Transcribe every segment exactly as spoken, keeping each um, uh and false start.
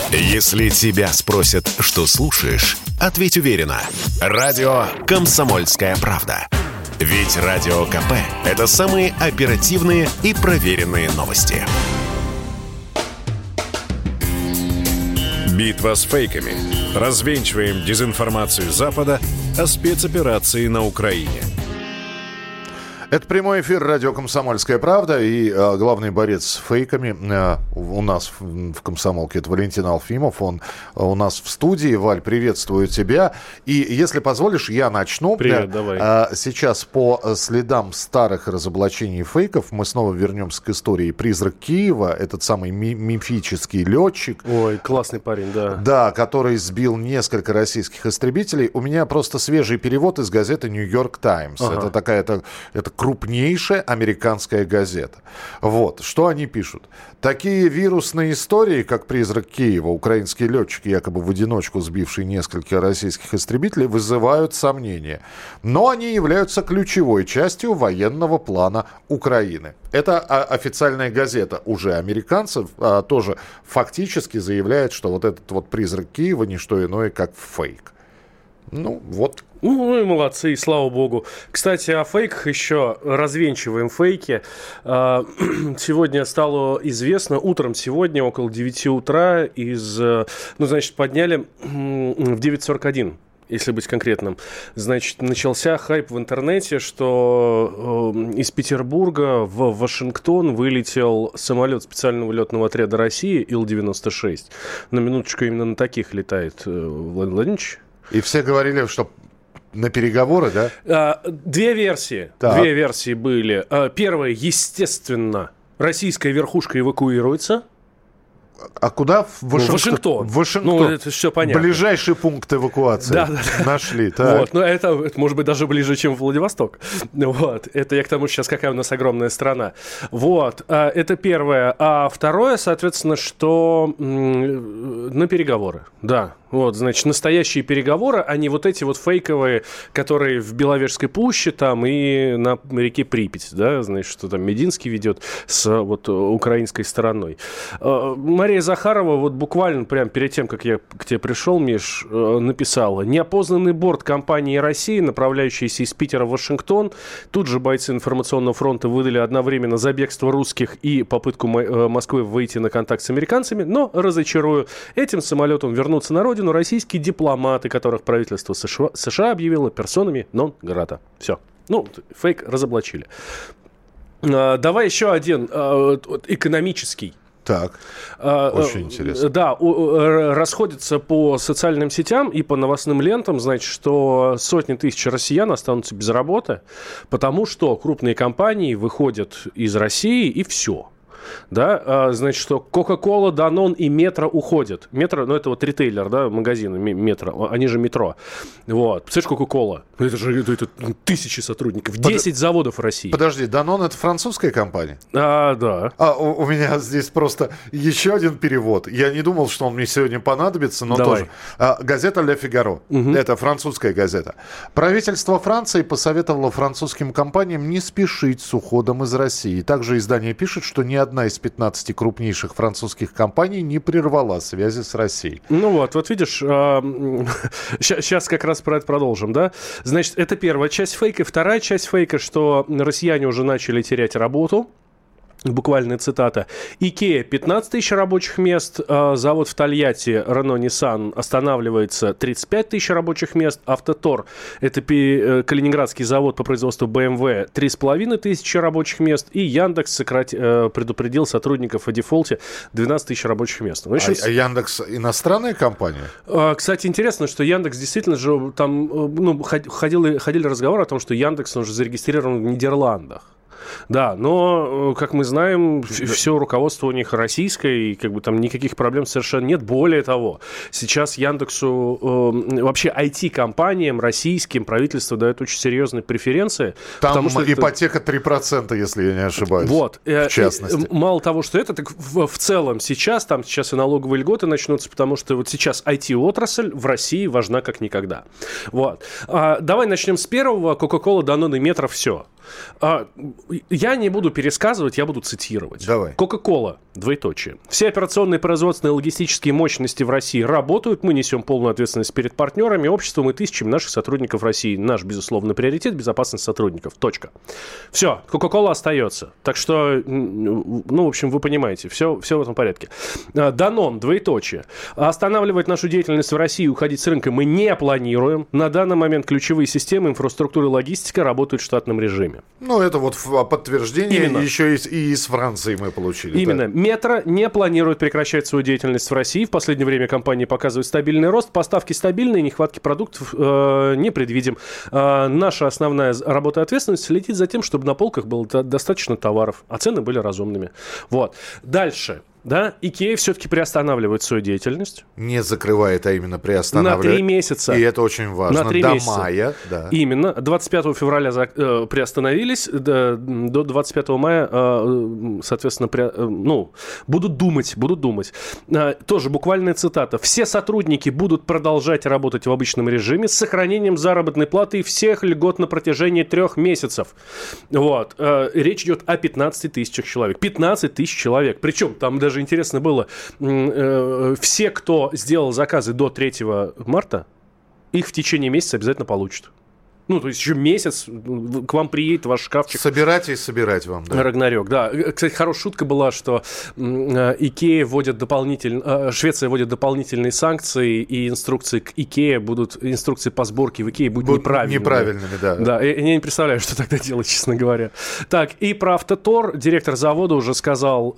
Если тебя спросят, что слушаешь, ответь уверенно. Радио «Комсомольская правда». Ведь Радио КП – это самые оперативные и проверенные новости. Битва с фейками. Развенчиваем дезинформацию Запада о спецоперации на Украине. Это прямой эфир радио «Комсомольская правда», и э, главный борец с фейками э, у нас в, в «Комсомолке» — это Валентин Алфимов. Он э, у нас в студии. Валь, приветствую тебя. И если позволишь, я начну. Привет, давай. Э, сейчас по следам старых разоблачений фейков мы снова вернемся к истории «Призрак Киева», этот самый ми- мифический летчик. Ой, классный парень, да. Да, который сбил несколько российских истребителей. У меня просто свежий перевод из газеты «Нью-Йорк Таймс». Ага. Это такая... Это, это крупнейшая американская газета. Вот, что они пишут. Такие вирусные истории, как «Призрак Киева», украинский летчик, якобы в одиночку сбивший несколько российских истребителей, вызывают сомнения. Но они являются ключевой частью военного плана Украины. Это официальная газета уже американцев, а, тоже фактически заявляет, что вот этот вот «Призрак Киева» не что иное, как фейк. Ну, вот. Ну и молодцы, и слава богу. Кстати, о фейках еще развенчиваем фейки. Сегодня стало известно, утром сегодня, около девяти утра, из, ну, значит, подняли в девять сорок один. Если быть конкретным. Значит, начался хайп в интернете, что э, из Петербурга в Вашингтон вылетел самолет специального летного отряда России Ил девяносто шесть. На минуточку именно на таких летает э, Владимир Владимирович. И все говорили, что на переговоры, да? А, две версии. Так. Две версии были. А, первая, естественно, российская верхушка эвакуируется. А куда? В Вашингтон. Вашингтон. Вашингтон. Ну, это все понятно. Ближайший пункт эвакуации. Да, да, да. Нашли. Так. Вот. Но это, это может быть даже ближе, чем Владивосток. Вот. Это я к тому, сейчас какая у нас огромная страна. Вот. Это первое. А второе, соответственно, что на переговоры. Да. Вот, значит, настоящие переговоры, а не вот эти вот фейковые, которые в Беловежской пуще там и на реке Припять, да, значит, что там Мединский ведет с вот украинской стороной. Мария Захарова вот буквально прямо перед тем, как я к тебе пришел, Миш, написала: неопознанный борт компании «Россия», направляющийся из Питера в Вашингтон. Тут же бойцы информационного фронта выдали одновременно за бегство русских и попытку Москвы выйти на контакт с американцами, но, разочарую, этим самолетом вернуться на родину но российские дипломаты, которых правительство США, США объявило персонами нон-грата. Все. Ну, фейк разоблачили. А, давай еще один а, экономический. Так, а, очень интересно. Да, у, расходятся по социальным сетям и по новостным лентам, значит, что сотни тысяч россиян останутся без работы, потому что крупные компании выходят из России и все. Да, а, значит, что Coca-Cola, Danone и Метро уходят. Метро, ну, это вот ритейлер, да, магазины Метро, они же Метро. Вот. Представляешь, Coca-Cola? Это же это, это тысячи сотрудников, десять Под... заводов в России. Подожди, Danone — это французская компания? А, да. А, у, у меня здесь просто еще один перевод. Я не думал, что он мне сегодня понадобится, но Давай. тоже. А, газета «Le Figaro». Угу. Это французская газета. Правительство Франции посоветовало французским компаниям не спешить с уходом из России. Также издание пишет, что ни одна из пятнадцати крупнейших французских компаний не прервала связи с Россией. Ну вот, вот видишь, сейчас как раз про это продолжим, да? Значит, это первая часть фейка. Вторая часть фейка, что россияне уже начали терять работу. Буквальная цитата. Икея — пятнадцать тысяч рабочих мест, завод в Тольятти Renault Nissan останавливается — тридцать пять тысяч рабочих мест, Автотор — это калининградский завод по производству бэ эм вэ — три с половиной тысячи рабочих мест, и Яндекс сократ... предупредил сотрудников о дефолте — двенадцать тысяч рабочих мест. В общем, а, а Яндекс иностранная компания? Кстати, интересно, что Яндекс действительно же там, ну, ходили, ходили разговоры о том, что Яндекс, он же зарегистрирован в Нидерландах. Да, но, как мы знаем, все руководство у них российское, и как бы там никаких проблем совершенно нет. Более того, сейчас Яндексу, э, вообще ай ти-компаниям российским правительство дает очень серьезные преференции. Там потому что ипотека три процента, если я не ошибаюсь. Вот. В частности. Э, мало того, что это, так в, в целом сейчас, там сейчас и налоговые льготы начнутся, потому что вот сейчас ай ти-отрасль в России важна как никогда. Вот. А, давай начнем с первого. Coca-Cola, Danone и Metro — все. Я не буду пересказывать, я буду цитировать. Давай. Кока-кола, двоеточие. Все операционные, производственные, логистические мощности в России работают. Мы несем полную ответственность перед партнерами, обществом и тысячами наших сотрудников России. Наш, безусловно, приоритет – безопасность сотрудников. Точка. Все, Кока-кола остается. Так что, ну, в общем, вы понимаете, все, все в этом порядке. Данон, двоеточие. Останавливать нашу деятельность в России и уходить с рынка мы не планируем. На данный момент ключевые системы, инфраструктура и логистика работают в штатном режиме. Ну, это вот подтверждение. Именно. Еще и, и из Франции мы получили. Именно. Да? Метро не планирует прекращать свою деятельность в России. В последнее время компания показывает стабильный рост. Поставки стабильные, нехватки продуктов э, не предвидим. Э, наша основная работа и ответственность следить за тем, чтобы на полках было достаточно товаров, а цены были разумными. Вот. Дальше. Да, Икея все-таки приостанавливает свою деятельность. Не закрывает, а именно приостанавливает. На три месяца. И это очень важно. На три до месяца. мая. Да. Именно. двадцать пятого февраля за, э, приостановились. До, до двадцать пятого мая, э, соответственно, при, э, ну, будут думать. Будут думать. Э, тоже буквальная цитата. Все сотрудники будут продолжать работать в обычном режиме с сохранением заработной платы и всех льгот на протяжении трех месяцев. Вот. Э, речь идет о пятнадцати тысячах человек. пятнадцать тысяч человек. Причем там даже интересно было, все, кто сделал заказы до третьего марта, их в течение месяца обязательно получат. Ну, то есть еще месяц к вам приедет ваш шкафчик. Собирать и собирать вам, да. Рагнарёк, да. Кстати, хорошая шутка была, что Икея вводит дополнительные... Швеция вводит дополнительные санкции, и инструкции к Икее будут... Инструкции по сборке в Икее будут, будут неправильными. Неправильными, да. Да, я, я не представляю, что тогда делать, честно говоря. Так, и про Автотор. Директор завода уже сказал,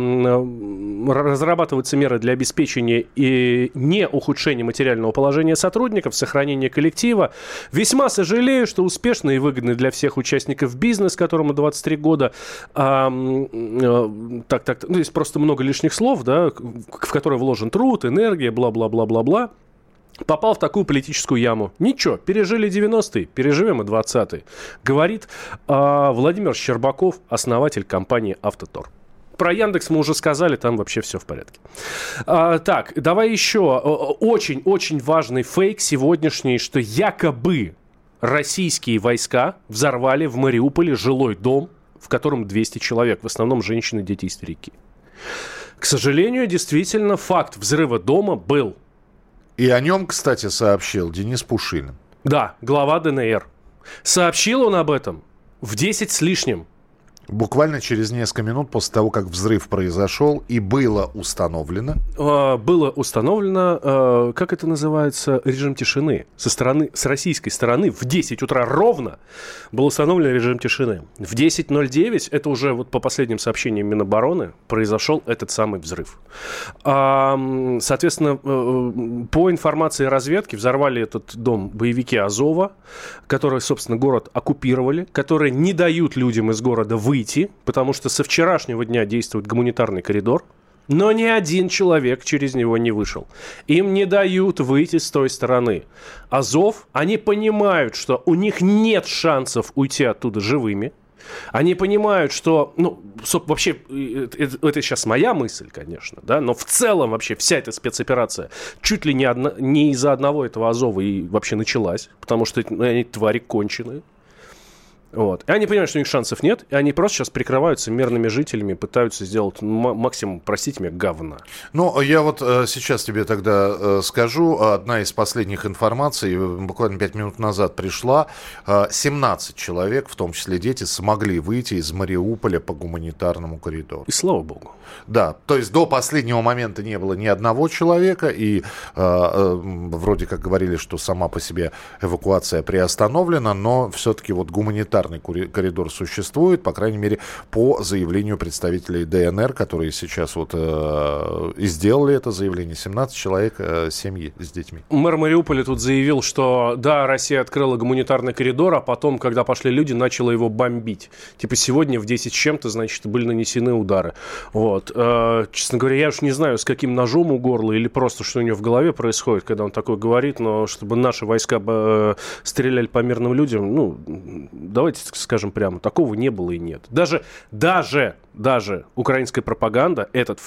эм, разрабатываются меры для обеспечения и не ухудшения материального положения сотрудников, сохранения коллектива. Весьма сожалею, что успешный и выгодный для всех участников бизнес, которому двадцать три года, а, а, так, так, ну, здесь просто много лишних слов, да, в которые вложен труд, энергия, бла-бла-бла-бла-бла, попал в такую политическую яму. Ничего, пережили девяностые, переживем и двадцатые, говорит а, Владимир Щербаков, основатель компании «Автотор». Про Яндекс мы уже сказали, там вообще все в порядке. А, так, давай еще. Очень-очень важный фейк сегодняшний, что якобы российские войска взорвали в Мариуполе жилой дом, в котором двести человек, в основном женщины, дети и старики. К сожалению, действительно, факт взрыва дома был. И о нем, кстати, сообщил Денис Пушилин. Да, глава ДНР. Сообщил он об этом в десять с лишним. Буквально через несколько минут после того, как взрыв произошел, и было установлено... А, было установлено, а, как это называется, режим тишины. Со стороны, с российской стороны в десять утра ровно был установлен режим тишины. В десять ноль девять, это уже вот по последним сообщениям Минобороны, произошел этот самый взрыв. А, соответственно, по информации разведки, взорвали этот дом боевики Азова, которые, собственно, город оккупировали, которые не дают людям из города выйти. Выйти, потому что со вчерашнего дня действует гуманитарный коридор, но ни один человек через него не вышел. Им не дают выйти с той стороны. Азов, они понимают, что у них нет шансов уйти оттуда живыми. Они понимают, что, ну, вообще, это, это сейчас моя мысль, конечно, да, но в целом вообще вся эта спецоперация чуть ли не, одна, не из-за одного этого Азова и вообще началась, потому что они твари конченые. Вот. И они понимают, что у них шансов нет, и они просто сейчас прикрываются мирными жителями, пытаются сделать м- максимум, простите меня, говна. Ну, я вот э, сейчас тебе тогда э, скажу, одна из последних информаций, буквально пять минут назад пришла, э, семнадцать человек, в том числе дети, смогли выйти из Мариуполя по гуманитарному коридору. И слава богу. Да, то есть до последнего момента не было ни одного человека, и э, э, вроде как говорили, что сама по себе эвакуация приостановлена, но все-таки вот гуманитарный коридор существует, по крайней мере, по заявлению представителей ДНР, которые сейчас вот э, и сделали это заявление. семнадцать человек, э, семьи с детьми. Мэр Мариуполя тут заявил, что да, Россия открыла гуманитарный коридор, а потом, когда пошли люди, начала его бомбить. Типа сегодня в десять с чем-то, значит, были нанесены удары. Вот. Э, честно говоря, я уж не знаю, с каким ножом у горла или просто, что у него в голове происходит, когда он такое говорит, но чтобы наши войска э, стреляли по мирным людям, ну, давайте скажем прямо, такого не было и нет. Даже, даже, даже украинская пропаганда этот фейк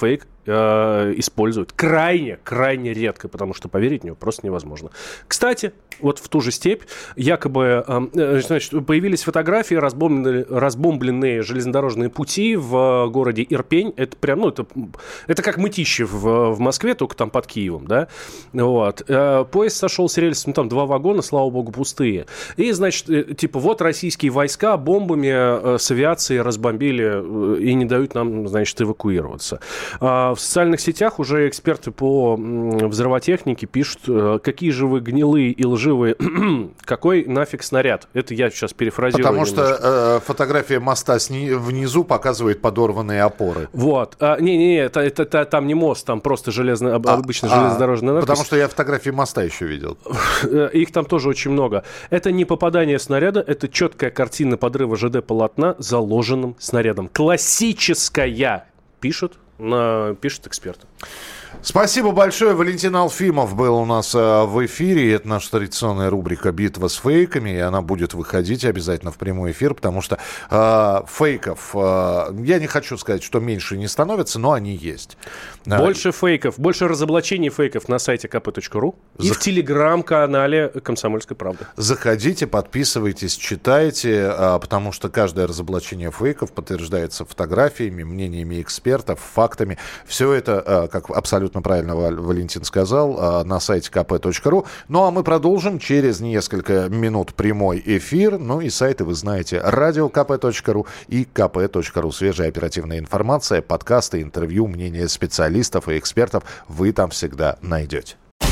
э, используют. Крайне, крайне редко, потому что поверить в него просто невозможно. Кстати, вот в ту же степь якобы э, значит, появились фотографии, разбомбленные, разбомбленные железнодорожные пути в городе Ирпень. Это прям, ну, это, это как Мытищи в, в Москве, только там под Киевом, да. Вот. Э, поезд сошел с рельс, ну, там два вагона, слава богу, пустые. И, значит, э, типа, вот российские войска бомбами э, с авиации разбомбили э, и не дают нам, значит, эвакуироваться. А в социальных сетях уже эксперты по взрывотехнике пишут, э, какие же вы гнилые и лживые, какой нафиг снаряд. Это я сейчас перефразирую. Потому немножко. что э, фотография моста сни- внизу показывает подорванные опоры. Вот. А, не-не-не, это, это, это, там не мост, там просто железно, а, обычно железнодорожная надпись. Потому что я фотографии моста еще видел. Их там тоже очень много. Это не попадание снаряда, это четкая картина подрыва ЖД-полотна заложенным снарядом. Классическая, пишут, на, пишут эксперты. Спасибо большое. Валентин Алфимов был у нас э, в эфире. Это наша традиционная рубрика «Битва с фейками». И она будет выходить обязательно в прямой эфир, потому что э, фейков, э, я не хочу сказать, что меньше не становится, но они есть. Больше фейков, больше разоблачений фейков на сайте ка пэ точка ру и Зах... в телеграм-канале «Комсомольской правды». Заходите, подписывайтесь, читайте, э, потому что каждое разоблачение фейков подтверждается фотографиями, мнениями экспертов, фактами. Все это, э, как абсолютно Абсолютно правильно Валентин сказал, на сайте ка пэ точка ру. Ну, а мы продолжим через несколько минут прямой эфир. Ну, и сайты вы знаете. радио ка пэ точка ру и ка пэ точка ру. Свежая оперативная информация, подкасты, интервью, мнения специалистов и экспертов вы там всегда найдете.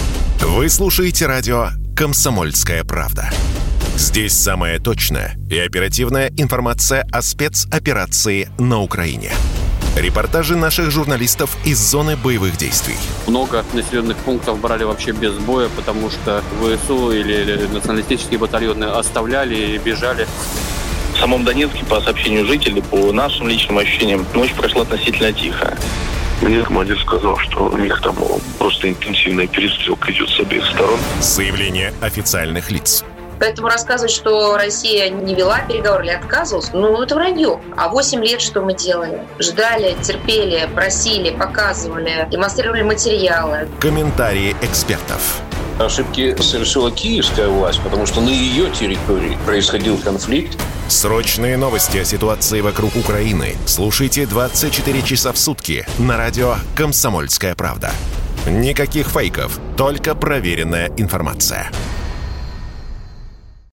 Вы слушаете радио «Комсомольская правда». Здесь самая точная и оперативная информация о спецоперации на Украине. Репортажи наших журналистов из зоны боевых действий. Много населенных пунктов брали вообще без боя, потому что ВСУ или националистические батальоны оставляли и бежали. В самом Донецке, по сообщению жителей, по нашим личным ощущениям, ночь прошла относительно тихо. Мне командир сказал, что у них там просто интенсивная перестрелка идет с обеих сторон. Заявление официальных лиц. Поэтому рассказывать, что Россия не вела переговоры или отказывалась, ну, это вранье. А восемь лет что мы делали? Ждали, терпели, просили, показывали, демонстрировали материалы. Комментарии экспертов. Ошибки совершила киевская власть, потому что на ее территории происходил конфликт. Срочные новости о ситуации вокруг Украины слушайте двадцать четыре часа в сутки на радио «Комсомольская правда». Никаких фейков, только проверенная информация.